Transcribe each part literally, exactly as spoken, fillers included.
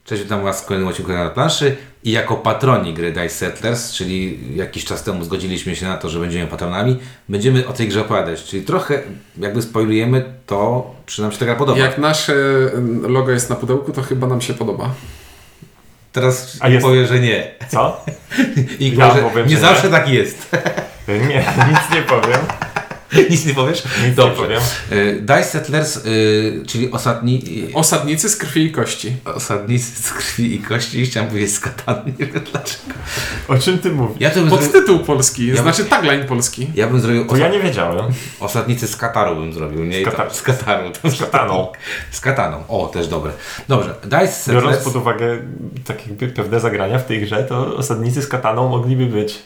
Cześć, witam Was w kolejnym odcinku na planszy i jako patroni gry Dice Settlers, czyli jakiś czas temu zgodziliśmy się na to, że będziemy patronami, będziemy o tej grze opowiadać, czyli trochę jakby spoilujemy to, czy nam się ta gra podoba. Jak nasze logo jest na pudełku, to chyba nam się podoba. Teraz jest... powiem, że nie. Co? I ja że powiem, nie że zawsze nie. tak jest. Nie, nic nie powiem. Nic nie powiesz? Nic Dobrze. nie powiem. Dice Settlers, czyli osadni... Osadnicy z krwi i kości. Osadnicy z krwi i kości. Chciałem powiedzieć z Katanu, nie wiem dlaczego. O czym ty mówisz? Ja Podtytuł zrobił... polski, ja znaczy tagline polski. Ja bym zrobił... To ja nie wiedziałem. Osadnicy z Kataru bym zrobił, nie? Z, Katar... z Kataru. Z Kataną. Z Kataną. O, też dobre. Dobrze. Dice Settlers... Biorąc pod uwagę tak jakby pewne zagrania w tej grze, to osadnicy z Kataną mogliby być.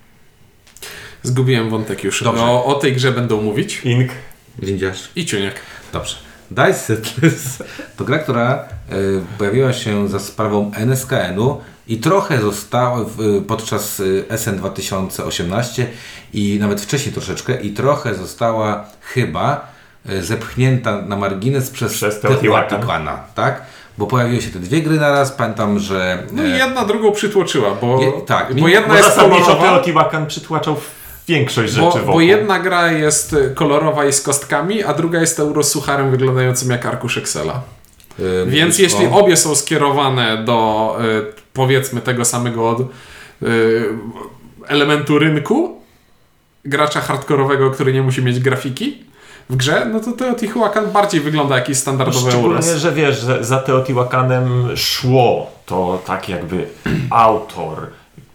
Zgubiłem wątek już. Dobrze. No, o tej grze będą mówić. Ink. Windziarz. I Ciuniek. Dobrze. Dice Settlers to gra, która y, pojawiła się za sprawą N S K N-u i trochę została w, podczas S N dwa tysiące osiemnaście i nawet wcześniej troszeczkę i trochę została chyba y, zepchnięta na margines przez, przez Teotihuacana, tak? Bo pojawiły się te dwie gry naraz, pamiętam, że... No i jedna drugą przytłoczyła, bo, je, tak, bo jedna bo jest kolorowa. Teotihuacan przytłaczał większość bo, rzeczy wokół. Bo jedna gra jest kolorowa i z kostkami, a druga jest eurosucharem wyglądającym jak arkusz Excela. Yy, Więc jeśli o... obie są skierowane do yy, powiedzmy tego samego yy, elementu rynku, gracza hardkorowego, który nie musi mieć grafiki w grze, no to Teotihuacan bardziej wygląda jak jakiś standardowy Szczególnie, Euros. że wiesz, że za Teotihuacanem szło to tak jakby autor,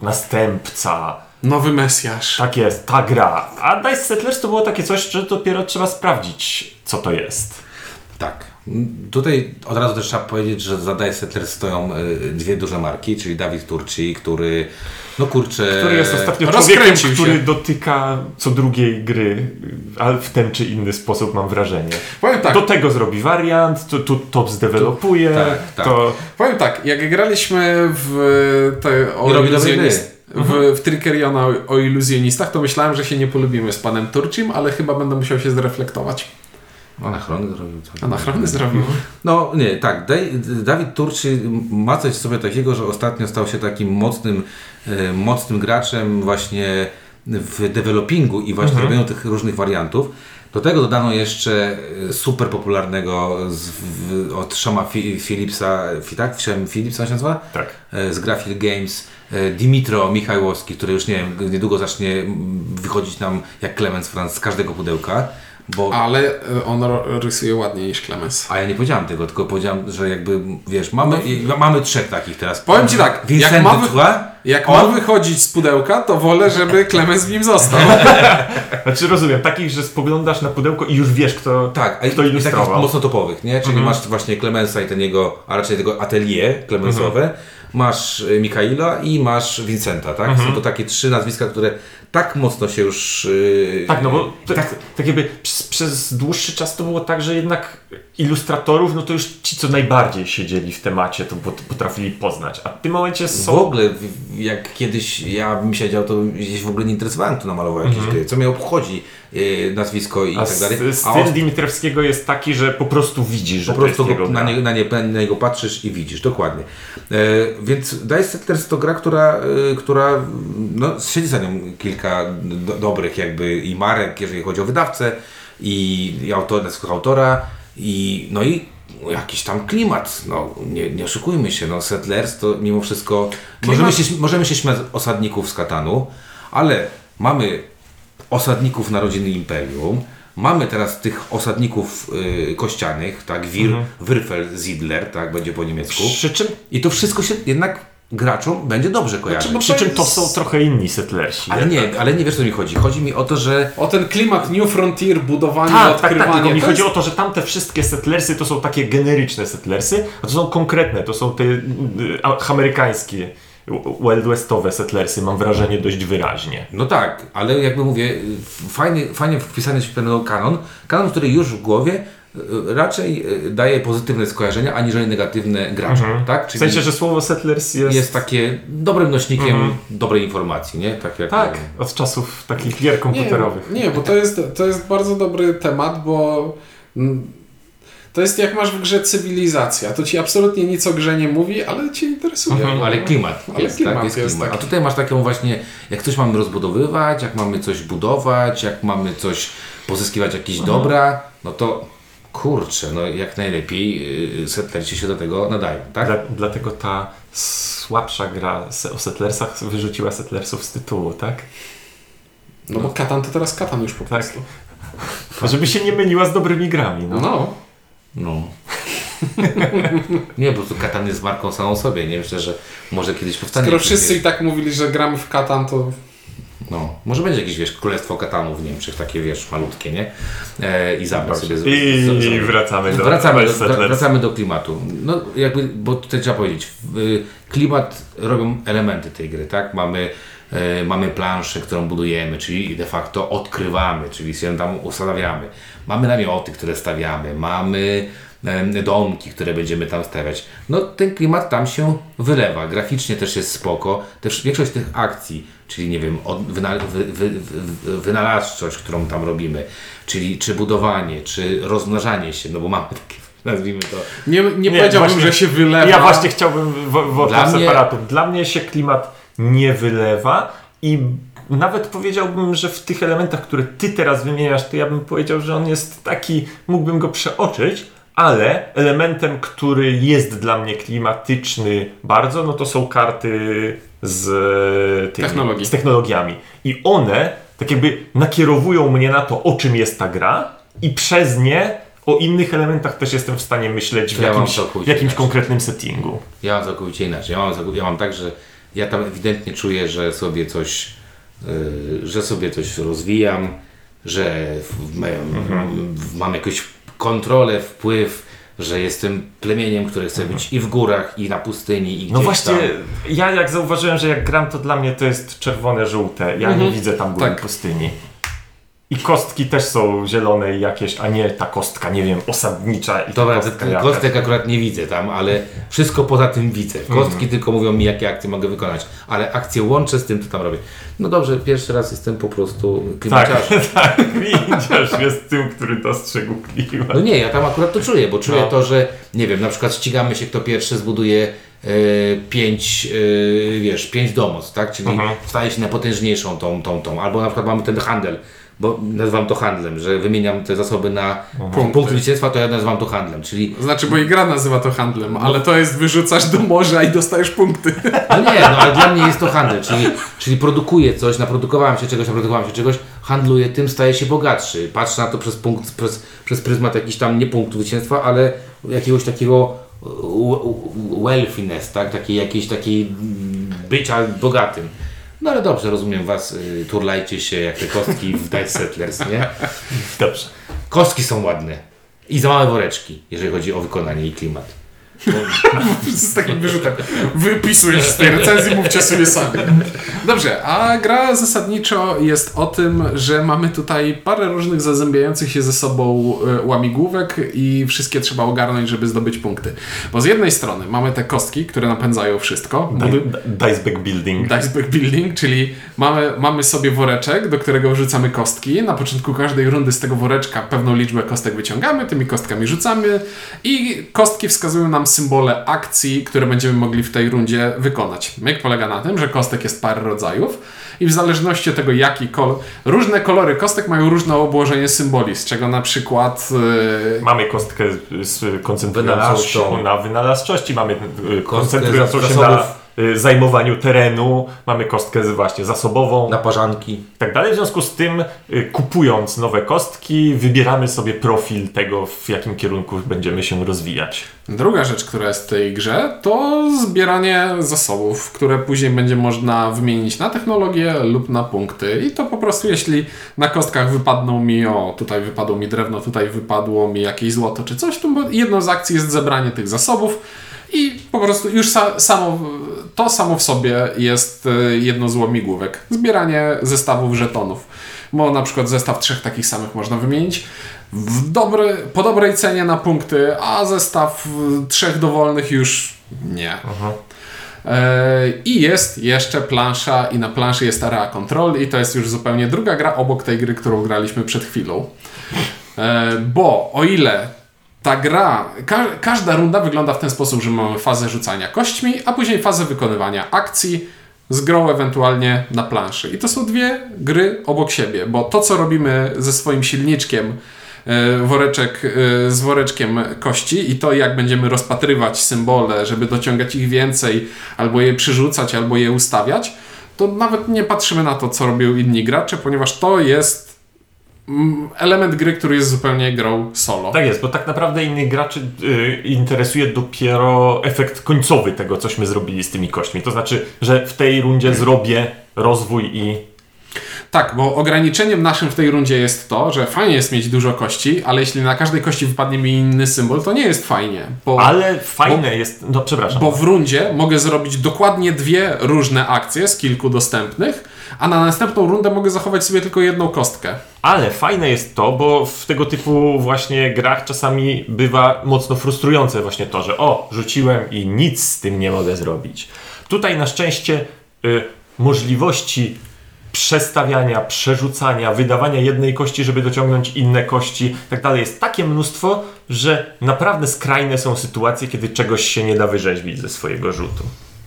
następca, nowy Mesjasz. Tak jest, ta gra. A Dice Settlers to było takie coś, że dopiero trzeba sprawdzić, co to jest. Tak. Tutaj od razu też trzeba powiedzieć, że za Dice Settlers stoją y, dwie duże marki, czyli Dawid Turci, który no kurczę... Który jest ostatnio człowiekiem, który dotyka co drugiej gry, ale w ten czy inny sposób, mam wrażenie. Powiem tak. Do tego zrobi wariant, to, to, to zdewelopuje. Tak, tak. To... Powiem tak, jak graliśmy w te o iluzjonist, w, mhm. w Trickeriona o, o iluzjonistach, to myślałem, że się nie polubimy z panem Turcim, ale chyba będę musiał się zreflektować. Anachrony zrobił. Co? Anachrony zrobił. No nie, tak. Dawid Turci ma coś w sobie takiego, że ostatnio stał się takim mocnym, e, mocnym graczem właśnie w developingu i właśnie mhm. robieniu tych różnych wariantów. Do tego dodano jeszcze super popularnego z, w, od Shoma Philipsa, tak? Philipsa się nazywa? Tak. Z Graphic Games. Dimitro Michałowski, który już nie wiem, niedługo zacznie wychodzić nam jak Clemens Franz z każdego pudełka. Bo... Ale on rysuje ładniej niż Clemens. A ja nie powiedziałem tego, tylko powiedziałem, że jakby, wiesz, mamy, no. mamy trzech takich teraz. Powiem Ci tak, Vincent jak, ma, wy... jak on... ma wychodzić z pudełka, to wolę, żeby Clemens w nim został. Znaczy rozumiem, takich, że spoglądasz na pudełko i już wiesz, kto, tak, kto ilustrował. Takich mocno topowych, nie? Czyli mhm. masz właśnie Clemensa i ten jego, a raczej tego atelier Clemensowe, mhm. masz Mikaila i masz Vincenta, tak? Mhm. Są to takie trzy nazwiska, które tak mocno się już... Yy, tak, no bo tak, tak, tak jakby przez, przez dłuższy czas to było tak, że jednak ilustratorów, no to już ci, co najbardziej siedzieli w temacie, to potrafili poznać, a w tym momencie są... W ogóle, jak kiedyś ja bym siedział, to gdzieś w ogóle nie interesowałem, kto namalował jakieś mm-hmm. gry, co mnie obchodzi yy, nazwisko i a tak dalej. A styl on... Dimitrewskiego jest taki, że po prostu widzisz, że po prostu to jest go, na, nie, na, nie, na niego patrzysz i widzisz, dokładnie. Yy, więc Dice Settlers to gra, która, yy, która no, siedzi za nią kilka do, dobrych jakby i marek, jeżeli chodzi o wydawcę i, i autor, autora i no i jakiś tam klimat, no nie, nie oszukujmy się, no Settlers to mimo wszystko możemy się, możemy się śmiać z osadników z Katanu, ale mamy osadników Narodziny Imperium, mamy teraz tych osadników y, kościanych, tak, Wir, mhm. Würfelsiedler, tak, będzie po niemiecku. Przy czym i to wszystko się jednak graczom będzie dobrze kojarzyć. Znaczy, przy czym to są trochę inni Settlersi. Ale nie, tak? ale nie wiesz, co mi chodzi. Chodzi mi o to, że... O ten klimat New Frontier, budowanie, tak, odkrywanie. Tak, tak, tylko mi to chodzi jest... o to, że tamte wszystkie Settlersy to są takie generyczne Settlersy, a to są konkretne, to są te y, amerykańskie, Wild Westowe Settlersy, mam wrażenie dość wyraźnie. No tak, ale jakby mówię, fajnie, fajnie wpisany się w ten kanon, kanon, który już w głowie raczej daje pozytywne skojarzenia, aniżeli negatywne graczom, mhm. tak? Czyli w sensie, że słowo Settlers jest... jest takie dobrym nośnikiem mhm. dobrej informacji, nie? Tak, jak tak od czasów takich gier komputerowych. Nie, nie, bo to jest, to jest bardzo dobry temat, bo To jest jak masz w grze Cywilizacja. To ci absolutnie nic o grze nie mówi, ale cię interesuje. Mhm, ale klimat ale jest, klimat tak, jest jest klimat. taki. A tutaj masz taką właśnie, jak coś mamy rozbudowywać, jak mamy coś budować, jak mamy coś pozyskiwać jakieś Mhm. dobra, no to kurczę, no jak najlepiej yy, Settlersi się do tego nadają, tak? Dla, dlatego ta słabsza gra se- o Settlersach wyrzuciła Settlersów z tytułu, tak? No bo Katan to teraz Katan już po Tak. prostu. Żeby się nie myliła z dobrymi grami. No. No. No. Nie, po prostu Katan jest marką samą sobie, nie? Myślę, że może kiedyś powstanie. Skoro jakiś, wszyscy i wiesz, tak mówili, że gramy w Katan, to no, może będzie jakieś, wiesz, królestwo Katanów w Niemczech, takie, wiesz, malutkie, nie? E, I zabrać sobie... Z, I, z, z, I wracamy do Wracamy do, Settlers. wracamy do klimatu. No jakby, bo tutaj trzeba powiedzieć, w- klimat robią elementy tej gry, tak? Mamy, e, mamy planszę, którą budujemy, czyli de facto odkrywamy, czyli się tam ustawiamy. Mamy namioty, które stawiamy, mamy e, domki, które będziemy tam stawiać. No ten klimat tam się wylewa. Graficznie też jest spoko. Też większość tych akcji, czyli nie wiem, od, wyna, wy, wy, wy, wynalazczość, którą tam robimy, czyli czy budowanie, czy rozmnażanie się, no bo mamy takie, nazwijmy to, nie, nie, Nie, powiedziałbym, właśnie- że się wylewa. Ja właśnie chciałbym w- w Dla mnie- separatów. Dla mnie się klimat nie wylewa i nawet powiedziałbym, że w tych elementach, które ty teraz wymieniasz, to ja bym powiedział, że on jest taki, mógłbym go przeoczyć, ale elementem, który jest dla mnie klimatyczny bardzo, no to są karty z, tymi, Technologii. z technologiami. I one tak jakby nakierowują mnie na to, o czym jest ta gra i przez nie o innych elementach też jestem w stanie myśleć w Ja mam jakimś, w całkowicie jakimś inaczej. konkretnym settingu. ja mam całkowicie inaczej. Ja mam, całkow- ja mam tak, że ja tam ewidentnie czuję, że sobie coś, yy, że sobie coś rozwijam, że w, Mhm. w, mam jakąś kontrolę, wpływ, że jestem plemieniem, które chce być i w górach, i na pustyni, i gdzieś No właśnie, tam. ja jak zauważyłem, że jak gram, to dla mnie to jest czerwone, żółte. Ja Mhm. nie widzę tam góry Tak. pustyni. I kostki też są zielone i jakieś, a nie ta kostka, nie wiem, osadnicza i ta Dobra, kostka te- jakaś. kostek akurat nie widzę tam, ale wszystko poza tym widzę. Kostki tylko mówią mi, jakie akcje mogę wykonać, ale akcje łączę z tym, co tam robię. No dobrze, pierwszy raz jestem po prostu Tak, klimaciarzem. tak, widzisz, jest tym, który dostrzegł klimat. No nie, ja tam akurat to czuję, bo czuję No. to, że nie wiem, na przykład ścigamy się, kto pierwszy zbuduje e, pięć, e, wiesz, pięć domostw, tak? Czyli Mhm. staje się na potężniejszą tą, tą, tą. Albo na przykład mamy ten handel, bo nazywam to handlem, że wymieniam te zasoby na punkt, punkt zwycięstwa, to ja nazywam to handlem, czyli Znaczy, bo i gra nazywa to handlem, ale to jest wyrzucasz do morza i dostajesz punkty. no nie, no ale dla mnie jest to handel, czyli, czyli produkuję coś, naprodukowałem się czegoś, naprodukowałem się czegoś, handluję tym, staję się bogatszy. Patrzę na to przez punkt, przez, przez pryzmat jakiś tam nie punktu zwycięstwa, ale jakiegoś takiego w- w- wealthiness, tak? Takiej jakiejś takiej mm, bycia bogatym. No ale dobrze, rozumiem was, y, turlajcie się jak te kostki w Dice Settlers, nie? Dobrze. Kostki są ładne i za małe woreczki, jeżeli chodzi o wykonanie i klimat. Z takim wyrzutem. Wypisujesz z tej recenzji, mówcie sobie sami. Dobrze, a gra zasadniczo jest o tym, że mamy tutaj parę różnych zazębiających się ze sobą e, łamigłówek i wszystkie trzeba ogarnąć, żeby zdobyć punkty. Bo z jednej strony mamy te kostki, które napędzają wszystko. Budu- Diceback building. Diceback building, czyli mamy, mamy sobie woreczek, do którego wrzucamy kostki. Na początku każdej rundy z tego woreczka pewną liczbę kostek wyciągamy, tymi kostkami rzucamy i kostki wskazują nam symbole akcji, które będziemy mogli w tej rundzie wykonać. Myk polega na tym, że kostek jest parę rodzajów i w zależności od tego, jaki kolor... Różne kolory kostek mają różne obłożenie symboli, z czego na przykład... Yy, Mamy kostkę z koncentrującą Wynalazczą. się na wynalazczości, mamy y, Kostkę koncentrującą się zasobów. na y, zajmowaniu terenu, mamy kostkę z- właśnie zasobową Naparzanki. i tak dalej. W związku z tym, y, kupując nowe kostki, wybieramy sobie profil tego, w jakim kierunku będziemy się rozwijać. Druga rzecz, która jest w tej grze, to zbieranie zasobów, które później będzie można wymienić na technologię lub na punkty. I to po prostu, jeśli na kostkach wypadną mi, o, tutaj wypadło mi drewno, tutaj wypadło mi jakieś złoto czy coś, to jedną z akcji jest zebranie tych zasobów i po prostu już sa, samo, to samo w sobie jest y, jedno z łamigłówek. Zbieranie zestawów żetonów. Bo na przykład zestaw trzech takich samych można wymienić w dobry, po dobrej cenie na punkty, a zestaw y, trzech dowolnych już nie. E, I jest jeszcze plansza i na planszy jest area control i to jest już zupełnie druga gra obok tej gry, którą graliśmy przed chwilą. E, bo o ile ta gra, ka- każda runda wygląda w ten sposób, że mamy fazę rzucania kośćmi, a później fazę wykonywania akcji z grą ewentualnie na planszy. I to są dwie gry obok siebie, bo to, co robimy ze swoim silniczkiem, woreczek z woreczkiem kości i to, jak będziemy rozpatrywać symbole, żeby dociągać ich więcej, albo je przyrzucać, albo je ustawiać, to nawet nie patrzymy na to, co robią inni gracze, ponieważ to jest element gry, który jest zupełnie grą solo. Tak jest, bo tak naprawdę innych graczy y, interesuje dopiero efekt końcowy tego, cośmy zrobili z tymi kośćmi. To znaczy, że w tej rundzie zrobię rozwój i... Tak, bo ograniczeniem naszym w tej rundzie jest to, że fajnie jest mieć dużo kości, ale jeśli na każdej kości wypadnie mi inny symbol, to nie jest fajnie. Bo, ale fajne bo, jest... No przepraszam. Bo w rundzie mogę zrobić dokładnie dwie różne akcje z kilku dostępnych, a na następną rundę mogę zachować sobie tylko jedną kostkę. Ale fajne jest to, bo w tego typu właśnie grach czasami bywa mocno frustrujące właśnie to, że o, rzuciłem i nic z tym nie mogę zrobić. Tutaj na szczęście y, możliwości przestawiania, przerzucania, wydawania jednej kości, żeby dociągnąć inne kości i tak dalej jest takie mnóstwo, że naprawdę skrajne są sytuacje, kiedy czegoś się nie da wyrzeźbić ze swojego rzutu.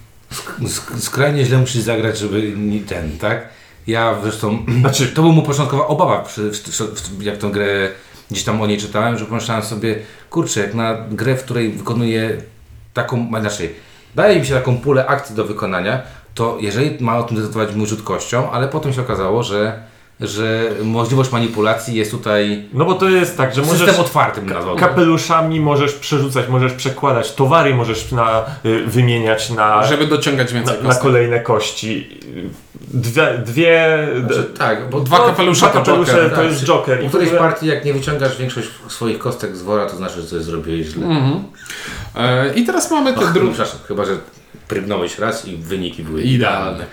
Sk- skrajnie źle musisz zagrać, żeby nie ten, tak? Ja zresztą, znaczy to była mu początkowa obawa, przy, w, w, jak tę grę gdzieś tam o niej czytałem, że pomyślałem sobie, kurczę, jak na grę, w której wykonuję taką, inaczej, daje mi się taką pulę akcji do wykonania, to jeżeli ma o tym decydować mój rzut kością, ale potem się okazało, że, że możliwość manipulacji jest tutaj no bo to jest tak, że system możesz otwartym nazwał. kapeluszami możesz przerzucać, możesz przekładać, towary możesz na, y, wymieniać na, żeby dociągać więcej na, na kostek. kolejne kości. Dwie, dwie Znaczy, tak, bo Dwa to, kapelusze dwa to kapelusze Joker. to tak, jest Joker. U I którejś w ogóle- partii, jak nie wyciągasz większość swoich kostek z wora, to znaczy, że coś zrobiłeś źle. Mhm. E, I teraz mamy te Ach, drugie... przepraszam, chyba że prygnąłeś raz i wyniki były Idealne.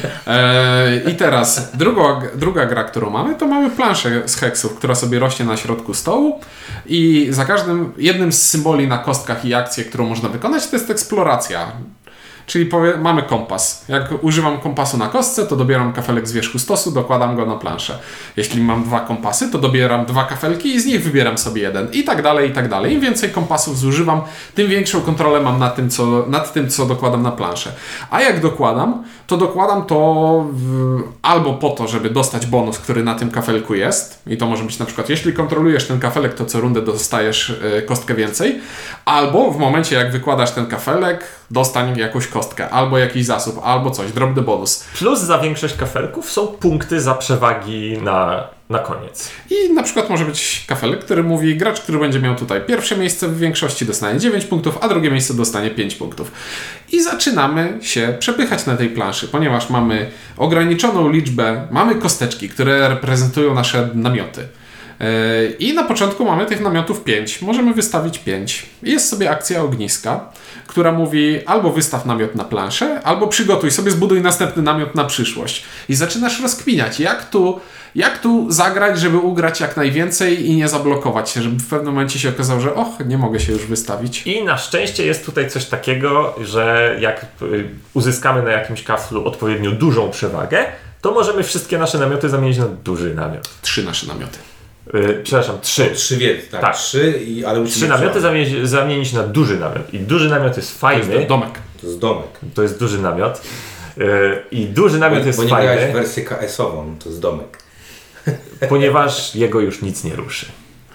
E, I teraz druga, druga gra, którą mamy, to mamy planszę z heksów, która sobie rośnie na środku stołu i za każdym jednym z symboli na kostkach i akcję, którą można wykonać, to jest eksploracja. Czyli powie, mamy kompas. Jak używam kompasu na kostce, to dobieram kafelek z wierzchu stosu, dokładam go na planszę. Jeśli mam dwa kompasy, to dobieram dwa kafelki i z nich wybieram sobie jeden. I tak dalej, i tak dalej. Im więcej kompasów zużywam, tym większą kontrolę mam nad tym, co, nad tym, co dokładam na planszę. A jak dokładam, to dokładam to w, albo po to, żeby dostać bonus, który na tym kafelku jest. I to może być na przykład, jeśli kontrolujesz ten kafelek, to co rundę dostajesz y, kostkę więcej. Albo w momencie, jak wykładasz ten kafelek, dostań jakąś kostkę, albo jakiś zasób, albo coś, drop the bonus. Plus za większość kafelków są punkty za przewagi na, na koniec. I na przykład może być kafelek, który mówi, gracz, który będzie miał tutaj pierwsze miejsce w większości dostanie dziewięć punktów, a drugie miejsce dostanie pięć punktów. I zaczynamy się przepychać na tej planszy, ponieważ mamy ograniczoną liczbę, mamy kosteczki, które reprezentują nasze namioty. I na początku mamy tych namiotów pięć. Możemy wystawić pięć. Jest sobie akcja ogniska, która mówi albo wystaw namiot na planszę, albo przygotuj sobie, zbuduj następny namiot na przyszłość. I zaczynasz rozkminiać, jak tu, jak tu zagrać, żeby ugrać jak najwięcej i nie zablokować się, żeby w pewnym momencie się okazało, że och, nie mogę się już wystawić. I na szczęście jest tutaj coś takiego, że jak y, uzyskamy na jakimś kaflu odpowiednio dużą przewagę, to możemy wszystkie nasze namioty zamienić na duży namiot. Trzy nasze namioty. Yy, przepraszam, trzy. Trzy wiedzy, tak. Tak. Trzy, i, ale musimy Trzy namioty zamienić, zamienić na duży namiot. I duży namiot jest To jest fajny. domek. To jest domek. To jest duży namiot. Yy, I duży namiot Bo, jest bo nie grałeś fajny, wersję K S-ową, to jest domek. ponieważ jego już nic nie ruszy.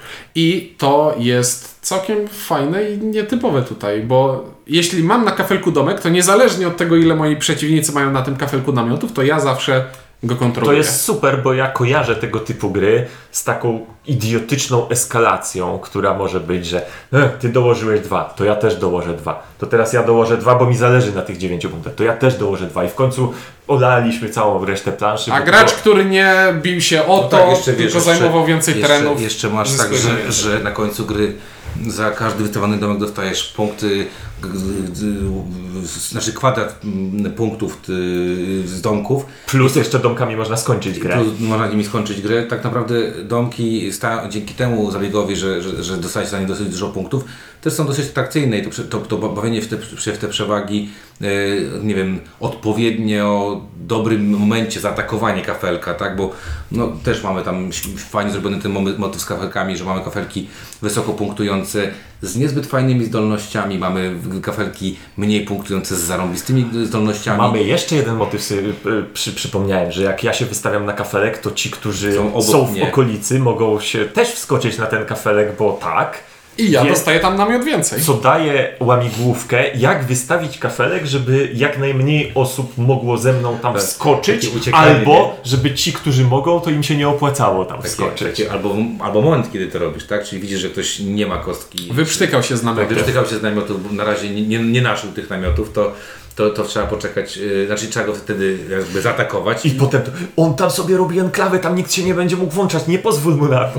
I to jest całkiem fajne i nietypowe tutaj, bo jeśli mam na kafelku domek, to niezależnie od tego, ile moi przeciwnicy mają na tym kafelku namiotów, to ja zawsze go To kontroluję. jest super, bo ja kojarzę tego typu gry z taką idiotyczną eskalacją, która może być, że e, ty dołożyłeś dwa, to ja też dołożę dwa. To teraz ja dołożę dwa, bo mi zależy na tych dziewięciu punktach. To ja też dołożę dwa. I w końcu olaliśmy całą resztę planszy. A bo gracz, to... który nie bił się o No to, tak, jeszcze tylko wiesz, zajmował jeszcze, więcej jeszcze, terenów. Jeszcze masz tak, zyskuje że, więcej. że na końcu gry za każdy wystawany domek dostajesz punkty znaczy kwadrat punktów z domków. Plus jeszcze domkami można skończyć grę. Plus można nimi skończyć grę. Tak naprawdę domki sta, dzięki temu zabiegowi, że, że, że dostajesz za nie dosyć dużo punktów, też są dosyć atrakcyjne i to, to, to bawienie w te, w te przewagi, nie wiem, odpowiednio dobrym momencie zaatakowanie kafelka, tak, bo no, też mamy tam fajnie zrobiony ten motyw z kafelkami, że mamy kafelki wysoko punktujące z niezbyt fajnymi zdolnościami, mamy kafelki mniej punktujące z zarąbistymi zdolnościami. Mamy jeszcze jeden motyw, sobie przy, przypomniałem, że jak ja się wystawiam na kafelek, to ci, którzy są, obok są w mnie. okolicy, mogą się też wskoczyć na ten kafelek, bo tak. I ja Wie, dostaję tam namiot więcej. Co daje łamigłówkę, jak wystawić kafelek, żeby jak najmniej osób mogło ze mną tam tak, wskoczyć, albo nie? żeby ci, którzy mogą, to im się nie opłacało tam takie, wskoczyć. Takie, albo, albo moment, kiedy to robisz, tak? Czyli widzisz, że ktoś nie ma kostki. Wyprztykał się z namiotu. Tak, wyprztykał się z namiotu, na razie nie, nie, nie naszył tych namiotów, to To, to trzeba poczekać, yy, znaczy trzeba go wtedy jakby zaatakować. I, I potem to, on tam sobie robi enklawę, tam nikt się nie będzie mógł włączać, nie pozwól mu na to.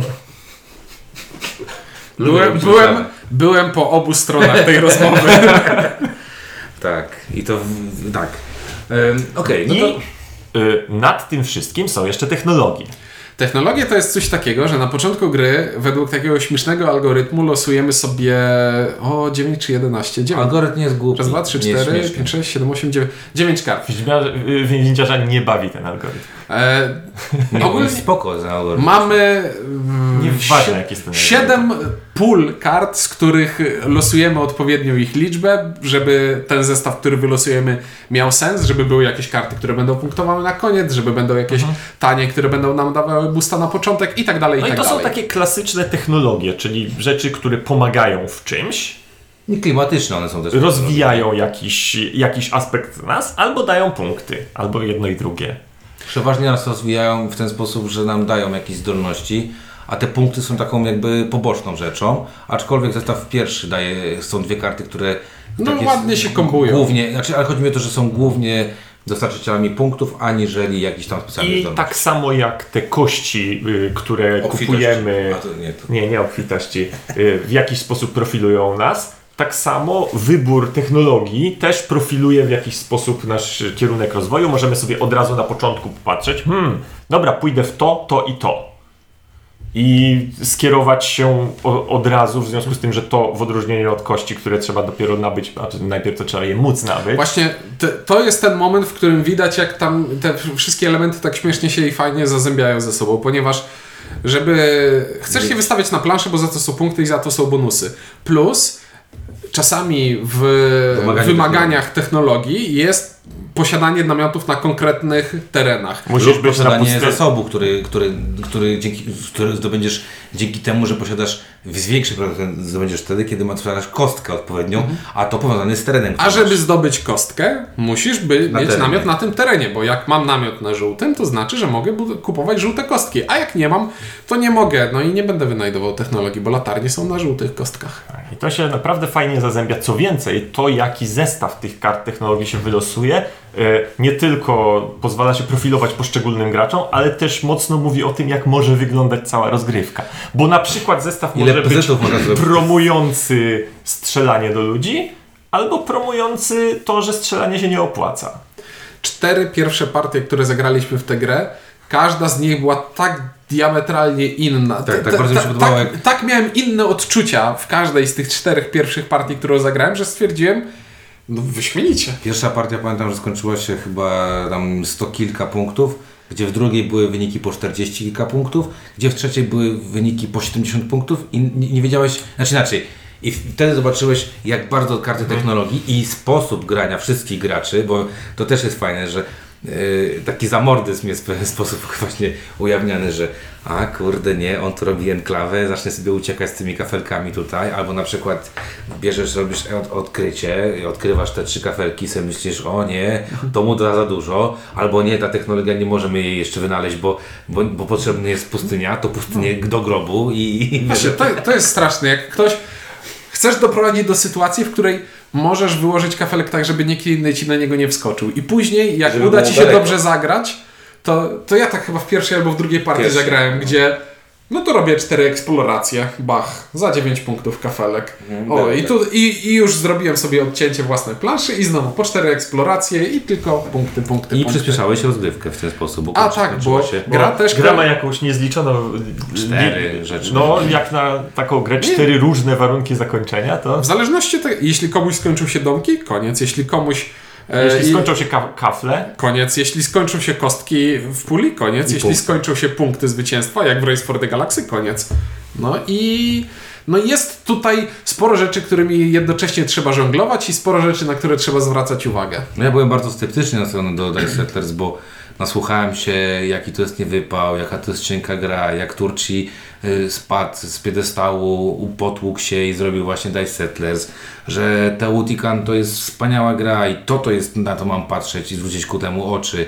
Byłem, byłem, byłem po obu stronach tej rozmowy. Tak, i to w, tak. Ym, Okej, okay, no to... I y, nad tym wszystkim są jeszcze technologie. Technologie to jest coś takiego, że na początku gry według takiego śmiesznego algorytmu losujemy sobie o dziewięć czy jedenaście. dziewięć. Algorytm nie jest głupi. Raz, dwa, trzy, cztery, pięć, sześć, siedem, osiem, dziewięć. dziewięć kart. Windziarza nie bawi ten algorytm. E, nie, ogólnie spoko za algorytm. Mamy Nieważne, jak jest ten siedem pól kart, z których losujemy odpowiednią ich liczbę, żeby ten zestaw, który wylosujemy, miał sens, żeby były jakieś karty, które będą punktowane na koniec, żeby będą jakieś mhm. tanie, które będą nam dawały boosta na początek i tak dalej, i no tak i to dalej. są takie klasyczne technologie, czyli rzeczy, które pomagają w czymś. I klimatyczne one są też. Rozwijają jakiś, jakiś aspekt nas, albo dają punkty, albo jedno i drugie. Przeważnie nas rozwijają w ten sposób, że nam dają jakieś zdolności, a te punkty są taką jakby poboczną rzeczą, aczkolwiek zestaw pierwszy daje, są dwie karty, które no ładnie się kombują. Głównie, znaczy, ale chodzi mi o to, że są głównie dostarczycielami punktów, aniżeli jakiś tam specjalny I zdolności. tak samo jak te kości, y, które obfitość. kupujemy, to nie, to... nie, nie obfitości, y, w jakiś sposób profilują nas, tak samo wybór technologii też profiluje w jakiś sposób nasz kierunek rozwoju. Możemy sobie od razu na początku popatrzeć, hmm, dobra, pójdę w to, to i to. I skierować się o, od razu, w związku z tym, że to w odróżnieniu od kości, które trzeba dopiero nabyć, a najpierw to trzeba je móc nabyć. Właśnie te, to jest ten moment, w którym widać, jak tam te wszystkie elementy tak śmiesznie się i fajnie zazębiają ze sobą, ponieważ żeby chcesz się wystawiać na planszę, bo za to są punkty i za to są bonusy. Plus czasami w Wymaganie wymaganiach technologii. technologii jest posiadanie namiotów na konkretnych terenach. Musisz być posiadanie zasobu, który, który, który, dzięki, który zdobędziesz dzięki temu, że posiadasz większy procent zdobędziesz wtedy, kiedy masz kostkę odpowiednią, mhm. a to powiązane z terenem. A żeby masz. zdobyć kostkę, musisz by na mieć terenie. namiot na tym terenie, bo jak mam namiot na żółtym, to znaczy, że mogę kupować żółte kostki, a jak nie mam, to nie mogę. No i nie będę wynajdował technologii, bo latarnie są na żółtych kostkach. I to się naprawdę fajnie zazębia. Co więcej, to jaki zestaw tych kart technologii się wylosuje, nie tylko pozwala się profilować poszczególnym graczom, ale też mocno mówi o tym, jak może wyglądać cała rozgrywka. Bo na przykład zestaw Ile może być promujący strzelanie do ludzi, albo promujący to, że strzelanie się nie opłaca. Cztery pierwsze partie, które zagraliśmy w tę grę, każda z nich była tak diametralnie inna. Tak, tak bardzo mi się podobało. Tak, jak... tak miałem inne odczucia w każdej z tych czterech pierwszych partii, którą zagrałem, że stwierdziłem, no wyśmienicie. Pierwsza partia, pamiętam, że skończyła się chyba tam sto kilka punktów, gdzie w drugiej były wyniki po czterdzieści kilka punktów, gdzie w trzeciej były wyniki po siedemdziesiąt punktów i nie, nie wiedziałeś, znaczy inaczej. I wtedy zobaczyłeś, jak bardzo karty technologii i sposób grania wszystkich graczy, bo to też jest fajne, że yy, taki zamordyzm jest w pewien sposób właśnie ujawniany, że a kurde nie, on tu robi enklawę, zacznie sobie uciekać z tymi kafelkami tutaj, albo na przykład bierzesz, robisz od, odkrycie i odkrywasz te trzy kafelki i sobie myślisz, o nie, to mu da za dużo, albo nie, ta technologia nie możemy jej jeszcze wynaleźć, bo, bo, bo potrzebna jest pustynia, to pustynię do grobu i... i Właśnie, to, to jest straszne, jak ktoś chcesz doprowadzić do sytuacji, w której możesz wyłożyć kafelek tak, żeby nikt inny ci na niego nie wskoczył i później, jak uda ci się daleko. dobrze zagrać, To, to ja tak chyba w pierwszej albo w drugiej partii Pierwszy. zagrałem, gdzie No to robię cztery eksploracje, bach, za dziewięć punktów kafelek. Mhm, o, dobra. i, tu, i, i już zrobiłem sobie odcięcie własnej planszy i znowu po cztery eksploracje i tylko punkty, punkty, I punkty. przyspieszałeś rozgrywkę w ten sposób. Bo A tak, bo się... gra też... Gra ma jakąś niezliczoną... Cztery li- rzeczy. No, jak na taką grę, cztery różne warunki zakończenia, to... W zależności od tego, jeśli komuś skończył się domki, koniec. Jeśli komuś... e, Jeśli i- skończą się ka- kafle, Koniec. Jeśli skończą się kostki w puli, koniec. I Jeśli punkty. skończą się punkty zwycięstwa, jak w Race for the Galaxy, koniec. No i no jest tutaj sporo rzeczy, którymi jednocześnie trzeba żonglować i sporo rzeczy, na które trzeba zwracać uwagę. No ja byłem bardzo sceptyczny na stronę do Dice Settlers, bo nasłuchałem się, jaki to jest niewypał, jaka to jest cienka gra, jak Turci y, spadł z piedestału, potłukł się i zrobił właśnie Dice Settlers, że Teotihuacan to jest wspaniała gra i to to jest, na to mam patrzeć i zwrócić ku temu oczy.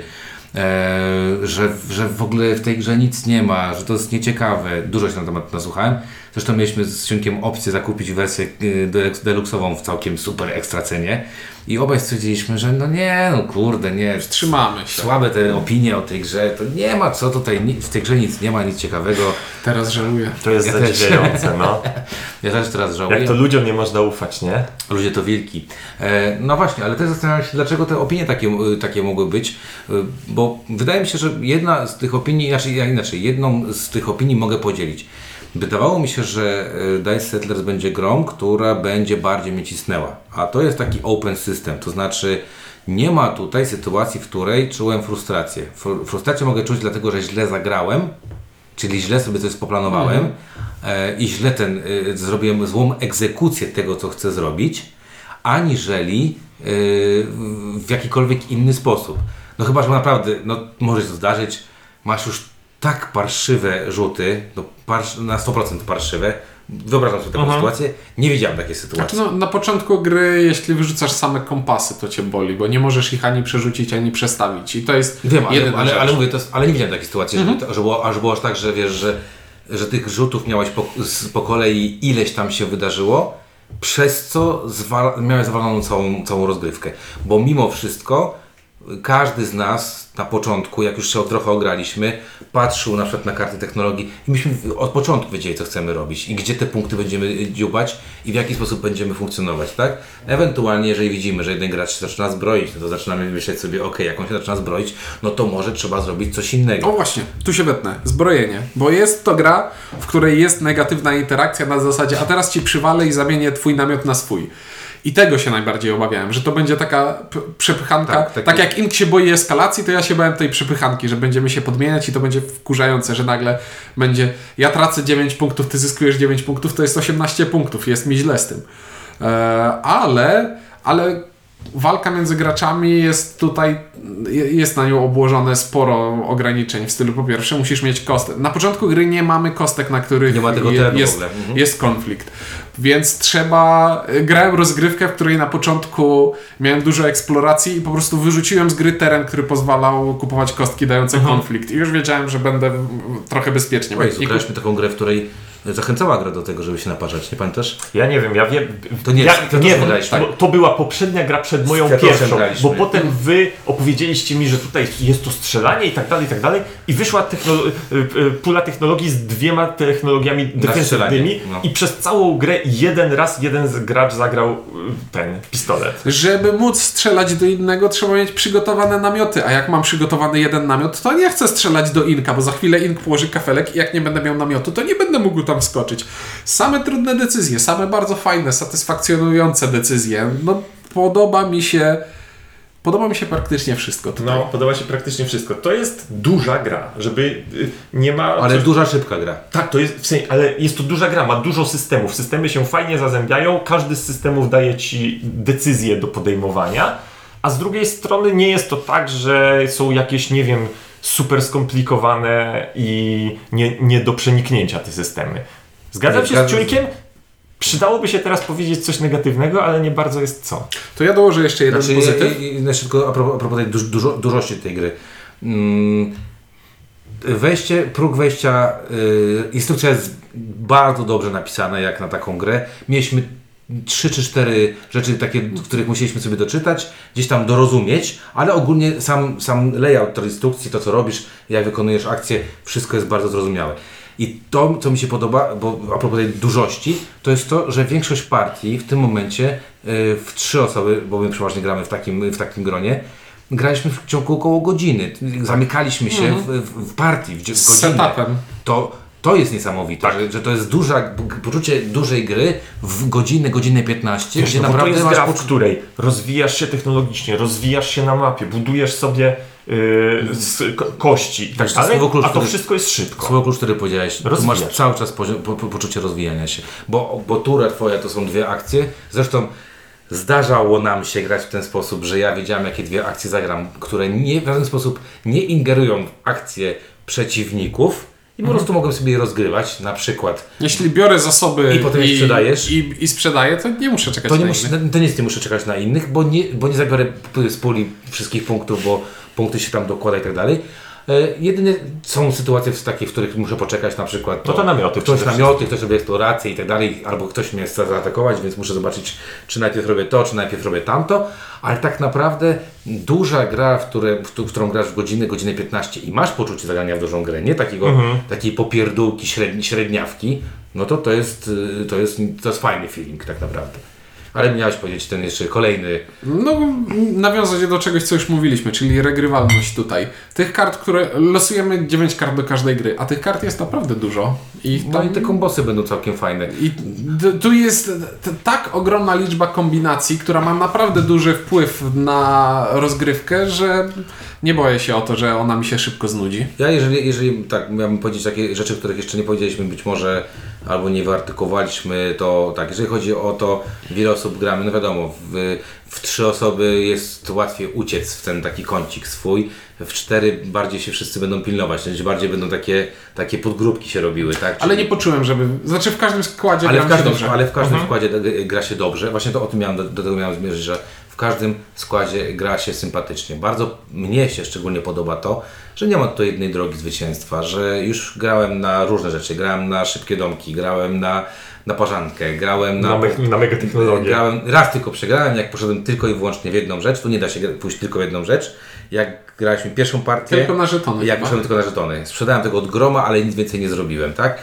E, że, że w ogóle w tej grze nic nie ma, że to jest nieciekawe. Dużo się na temat nasłuchałem. Zresztą mieliśmy z Ciunkiem opcję zakupić wersję y, delux- deluxową w całkiem super ekstra cenie i obaj stwierdziliśmy, że no nie, no kurde, nie. Trzymamy się. Słabe te opinie o tej grze, to nie ma co tutaj, ni- w tej grze nic nie ma, nic ciekawego. Teraz żałuję. to jest Ja też. zadziwiające, no. Ja też teraz żałuję. Jak to ludziom nie można ufać, nie? Ludzie to wilki. E, no właśnie, ale też zastanawiam się, dlaczego te opinie takie, y, takie mogły być, y, bo wydaje mi się, że jedna z tych opinii, inaczej, ja inaczej, jedną z tych opinii mogę podzielić. Wydawało mi się, że y, Dice Settlers będzie grą, która będzie bardziej mnie cisnęła, a to jest taki open system, to znaczy nie ma tutaj sytuacji, w której czułem frustrację. Fru- frustrację mogę czuć dlatego, że źle zagrałem, czyli źle sobie coś poplanowałem Mhm. e, i źle ten, y, zrobiłem złą egzekucję tego, co chcę zrobić, aniżeli y, w jakikolwiek inny sposób. No chyba, że naprawdę, no może się to zdarzyć, masz już tak parszywe rzuty, no parsz, na sto procent parszywe, wyobrażam sobie taką Mhm. sytuację, nie widziałem takiej Znaczy, sytuacji. no, na początku gry, jeśli wyrzucasz same kompasy, to cię boli, bo nie możesz ich ani przerzucić, ani przestawić. I to jest Wiem, ale, jedyna ale, rzecz. ale mówię, to jest, ale nie widziałem takiej sytuacji, Mhm. żeby, to- że, było, aż było aż tak, że wiesz, że, że tych rzutów miałeś po, z, po kolei ileś tam się wydarzyło, przez co zwal, miałeś zawaloną całą, całą rozgrywkę. Bo mimo wszystko każdy z nas na początku, jak już się trochę ograliśmy, patrzył na przykład na karty technologii i myśmy od początku wiedzieli, co chcemy robić i gdzie te punkty będziemy dziubać i w jaki sposób będziemy funkcjonować, tak? Ewentualnie, jeżeli widzimy, że jeden gracz się zaczyna zbroić, no to zaczynamy myśleć sobie, ok, jak on się zaczyna zbroić, no to może trzeba zrobić coś innego. O właśnie, tu się wetnę. Zbrojenie. Bo jest to gra, w której jest negatywna interakcja na zasadzie, a teraz ci przywalę i zamienię twój namiot na swój. I tego się najbardziej obawiałem, że to będzie taka p- przepychanka. Tak, Tak, taki- jak Ink się boi eskalacji, to ja się bałem tej przepychanki, że będziemy się podmieniać i to będzie wkurzające, że nagle będzie ja tracę dziewięć punktów, ty zyskujesz dziewięć punktów, to jest osiemnaście punktów, jest mi źle z tym. E, ale, ale walka między graczami jest tutaj, jest na nią obłożone sporo ograniczeń w stylu po pierwsze musisz mieć kostek. Na początku gry nie mamy kostek, na których Nie ma tego je, terenu w jest, ogóle. Mhm. jest konflikt. Więc trzeba... Grałem rozgrywkę, w której na początku miałem dużo eksploracji i po prostu wyrzuciłem z gry teren, który pozwalał kupować kostki dające konflikt. I już wiedziałem, że będę w- trochę bezpiecznie. Oj, I kup- graliśmy taką grę, w której zachęcała gra do tego, żeby się naparzać, nie pamiętasz? Ja nie wiem, ja wiem. To nie, ja, to nie nie wiem, graliśmy. bo to była poprzednia gra przed moją Kwiatosem pierwszą, graliśmy. bo potem wy opowiedzieliście mi, że tutaj jest to strzelanie i tak dalej, i tak dalej i wyszła technolo- y, y, pula technologii z dwiema technologiami defensywnymi no. i przez całą grę jeden raz jeden z gracz zagrał y, ten pistolet. Żeby móc strzelać do innego, trzeba mieć przygotowane namioty, a jak mam przygotowany jeden namiot, to nie chcę strzelać do Inka, bo za chwilę Ink położy kafelek i jak nie będę miał namiotu, to nie będę mógł tam skoczyć. Same trudne decyzje, same bardzo fajne, satysfakcjonujące decyzje. No, podoba mi się podoba mi się praktycznie wszystko tutaj. No, podoba się praktycznie wszystko. To jest duża gra, żeby y, nie ma... Ale coś- duża, szybka gra. Tak, to jest w sensie, ale jest to duża gra, ma dużo systemów. Systemy się fajnie zazębiają, każdy z systemów daje ci decyzję do podejmowania, a z drugiej strony nie jest to tak, że są jakieś, nie wiem, super skomplikowane i nie, nie do przeniknięcia te systemy. Zgadzam Nie, się z zgadzam- Czujkiem. Przydałoby się teraz powiedzieć coś negatywnego, ale nie bardzo jest co. To ja dołożę jeszcze jeden Znaczy, pozytyw. i- i- znaczy tylko a propos, a propos tej duż, dużo, dużości tej gry. Mm, wejście, próg wejścia, y, instrukcja jest bardzo dobrze napisana jak na taką grę. Mieliśmy trzy czy cztery rzeczy takie, których musieliśmy sobie doczytać, gdzieś tam dorozumieć, ale ogólnie sam, sam layout tej instrukcji, to co robisz, jak wykonujesz akcję, wszystko jest bardzo zrozumiałe. I to, co mi się podoba, bo a propos tej dużości, to jest to, że większość partii w tym momencie yy, w trzy osoby, bo my przeważnie gramy w takim, w takim gronie, graliśmy w ciągu około godziny. Zamykaliśmy się mm. w, w, w partii, w godzinę. Z setupem. To, to jest niesamowite, tak. że, że to jest duża, poczucie dużej gry w godzinę, godzinę piętnaście, Wiesz, gdzie no naprawdę to jest masz gra, poczu- w której rozwijasz się technologicznie, rozwijasz się na mapie, budujesz sobie yy, z, ko- kości i tak dalej, a to wszystko jest szybko. Słowo klucz, który powiedziałeś, tu Rozwijasz. masz cały czas poziom, po, po, poczucie rozwijania się, bo, bo tura twoja to są dwie akcje, zresztą zdarzało nam się grać w ten sposób, że ja wiedziałem, jakie dwie akcje zagram, które nie, w żaden sposób nie ingerują w akcje przeciwników i po prostu mogłem sobie je rozgrywać, na przykład. Jeśli biorę zasoby I potem je sprzedajesz. i, i sprzedaję, to nie muszę czekać To, nie na muszę, innych. to nic nie muszę czekać na innych, bo nie, bo nie zabiorę z puli wszystkich punktów, bo punkty się tam dokłada i tak dalej. E, jedynie są sytuacje takie, w których muszę poczekać, na przykład to, No to namioty ktoś przede namioty, ktoś robi eksplorację i tak dalej, albo ktoś mnie chce zaatakować, więc muszę zobaczyć, czy najpierw robię to, czy najpierw robię tamto, ale tak naprawdę duża gra, w, które, w, w którą grasz w godzinę, godzinę piętnaście i masz poczucie zagrania w dużą grę, nie takiego, Mhm. takiej popierdółki, średni, średniawki, no to to jest, y, to jest, to jest fajny feeling tak naprawdę. Ale miałeś powiedzieć ten jeszcze kolejny. No, nawiązać do czegoś, co już mówiliśmy, czyli regrywalność tutaj. Tych kart, które losujemy dziewięć kart do każdej gry, a tych kart jest naprawdę dużo. I No tam, i te kombosy będą całkiem fajne. I d- tu jest t- tak ogromna liczba kombinacji, która ma naprawdę duży wpływ na rozgrywkę, że nie boję się o to, że ona mi się szybko znudzi. Ja jeżeli, jeżeli tak miałbym powiedzieć takie rzeczy, których jeszcze nie powiedzieliśmy, być może albo nie wyartykowaliśmy, to tak, jeżeli chodzi o to, wiele osób gramy, no wiadomo, w, w trzy osoby jest łatwiej uciec w ten taki kącik swój, w cztery bardziej się wszyscy będą pilnować, czyli bardziej będą takie, takie podgrupki się robiły, tak? Ale nie poczułem, żeby... Znaczy w każdym składzie ale w gram się każdym, dobrze. ale w każdym Mhm. składzie gra się dobrze. Właśnie to o tym miałem, do, do tego miałem zmierzyć, że w każdym składzie gra się sympatycznie. Bardzo mnie się szczególnie podoba to, że nie ma tutaj jednej drogi zwycięstwa, że już grałem na różne rzeczy. Grałem na szybkie domki, grałem na, na parzankę, grałem na... Na, me, na megatechnologię. Grałem, raz tylko przegrałem, jak poszedłem tylko i wyłącznie w jedną rzecz. Tu nie da się gra- pójść tylko w jedną rzecz. Jak graliśmy pierwszą partię... Tylko na żetony. Jak chyba. poszedłem tylko na żetony. Sprzedałem tego od groma, ale nic więcej nie zrobiłem, tak?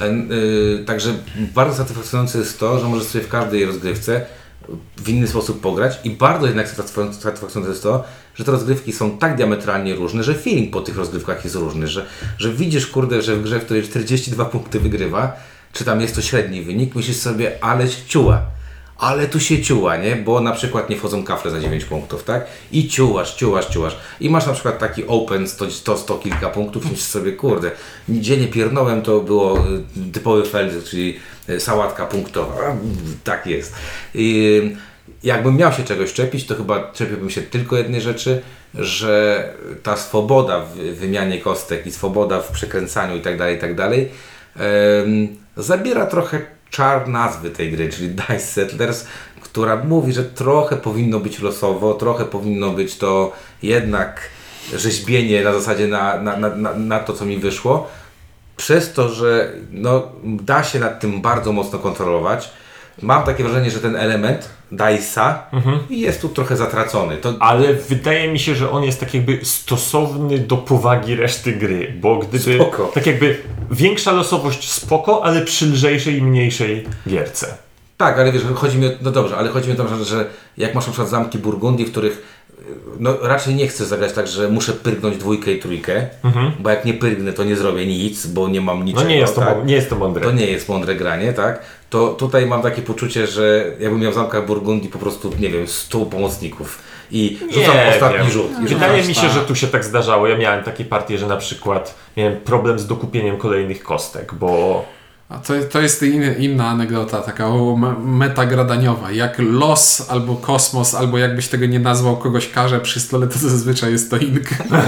Yy, także bardzo satysfakcjonujące jest to, że możesz sobie w każdej rozgrywce w inny sposób pograć i bardzo jednak satysfakcjonujące jest to, że te rozgrywki są tak diametralnie różne, że feeling po tych rozgrywkach jest różny, że, że widzisz, kurde, że w grze, w której czterdzieści dwa punkty wygrywa, czy tam jest to średni wynik, myślisz sobie, ale ciuła. Ale tu się ciuła, nie? Bo na przykład nie wchodzą kafle za dziewięć punktów, tak? I ciułasz, ciułasz, ciułasz. I masz na przykład taki open sto, sto kilka punktów, myślisz sobie, kurde, gdzie nie piernąłem, to było y, typowy feld, czyli y, sałatka punktowa. A, tak jest. I, jakbym miał się czegoś czepić, to chyba czepiłbym się tylko jednej rzeczy, że ta swoboda w wymianie kostek i swoboda w przekręcaniu i tak dalej, i tak dalej, zabiera trochę czar nazwy tej gry, czyli Dice Settlers, która mówi, że trochę powinno być losowo, trochę powinno być to jednak rzeźbienie na zasadzie na, na, na, na to, co mi wyszło, przez to, że no, da się nad tym bardzo mocno kontrolować. Mam takie wrażenie, że ten element Dice'a mhm. jest tu trochę zatracony. To... Ale wydaje mi się, że on jest tak jakby stosowny do powagi reszty gry, bo gdyby Spoko. tak jakby większa losowość spoko, ale przy lżejszej i mniejszej gierce. Tak, ale wiesz, chodzi mi o, no dobrze, ale chodzi mi o to, że, że jak masz na przykład zamki Burgundii, w których no raczej nie chcę zagrać tak, że muszę pyrgnąć dwójkę i trójkę, mhm. bo jak nie pyrgnę, to nie zrobię nic, bo nie mam niczego. No nie jest to, tak? nie jest to mądre. To nie jest mądre granie, tak? To tutaj mam takie poczucie, że jakbym miał w zamkach Burgundii po prostu, nie wiem, stu pomocników i rzucam Nie ostatni wiem. rzut. I Wydaje rzucam... mi się, że tu się tak zdarzało. Ja miałem takie partie, że na przykład miałem problem z dokupieniem kolejnych kostek, bo... A to, to jest inna, inna anegdota, taka me- metagradaniowa. Jak los albo kosmos, albo jakbyś tego nie nazwał, kogoś karze przy stole, to zazwyczaj jest to ink.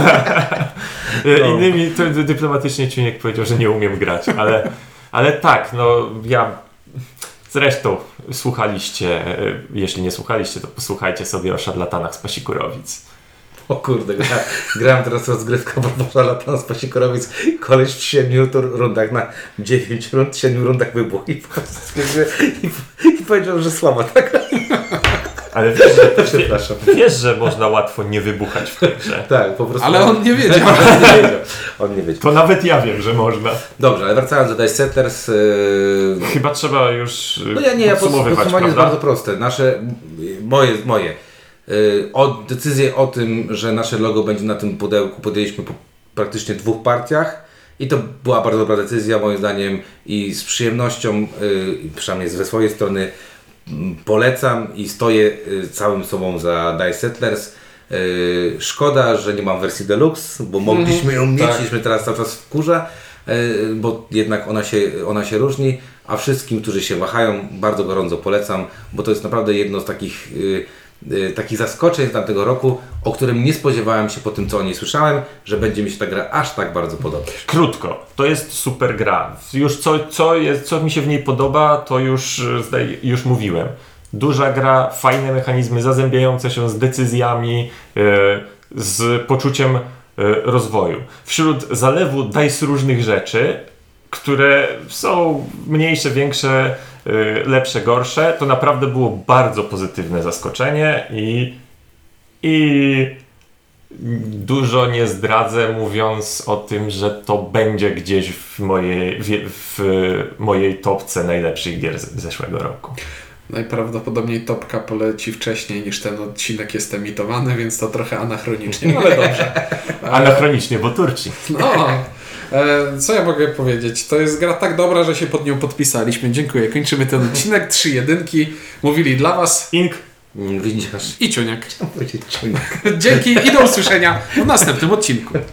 No. Innymi, to dyplomatycznie Ciuniek powiedział, że nie umiem grać, ale, ale tak, no ja... Zresztą słuchaliście, jeśli nie słuchaliście, to posłuchajcie sobie o szarlatanach z Pasikurowic. O kurde, gra, grałem teraz rozgrywkę bo szarlatan z Pasikorowic, koleś w siedmiu rundach na dziewięć rund, w siedmiu rundach wybuchł i, i, i powiedział, że słaba taka. Ale wiesz, że, Przepraszam. wiesz, że można łatwo nie wybuchać w tej grze. Tak, po prostu... Ale on nie wiedział. on nie wiedział. On nie wiedział. To nawet ja wiem, że można. Dobrze, ale wracając do Dice Settlers... Yy... Chyba trzeba już No ja nie, ja podsumowywać, podsumowanie jest prawda? bardzo proste. Nasze, moje, moje. Yy, o, decyzję o tym, że nasze logo będzie na tym pudełku podjęliśmy po praktycznie dwóch partiach i to była bardzo dobra decyzja moim zdaniem i z przyjemnością, yy, przynajmniej ze swojej strony mm, polecam i stoję yy, całym sobą za Dice Settlers. Yy, szkoda, że nie mam wersji deluxe, bo mogliśmy ją mieć, tak. mieliśmy teraz cały czas w kurze, yy, bo jednak ona się, ona się różni, a wszystkim, którzy się wahają, bardzo gorąco polecam, bo to jest naprawdę jedno z takich yy, yy, takich zaskoczeń z tamtego roku, o którym nie spodziewałem się po tym, co o niej słyszałem, że będzie mi się ta gra aż tak bardzo podobać. Krótko, to jest super gra. Już co, co, jest, co mi się w niej podoba, to już, zdaje, już mówiłem. Duża gra, fajne mechanizmy zazębiające się z decyzjami, yy, z poczuciem yy, rozwoju. Wśród zalewu dice różnych rzeczy, które są mniejsze, większe, yy, lepsze, gorsze, to naprawdę było bardzo pozytywne zaskoczenie i, i dużo nie zdradzę, mówiąc o tym, że to będzie gdzieś w mojej, w, w mojej topce najlepszych gier z zeszłego roku. Najprawdopodobniej topka poleci wcześniej niż ten odcinek jest emitowany, więc to trochę anachronicznie, no ale dobrze. Anachronicznie, bo Turci. No, e, co ja mogę powiedzieć? To jest gra tak dobra, że się pod nią podpisaliśmy. Dziękuję. Kończymy ten odcinek. Trzy jedynki. Mówili dla Was Ink. Widzisz, i Ciuniek. powiedzieć czujnik. Dzięki i do usłyszenia w następnym odcinku.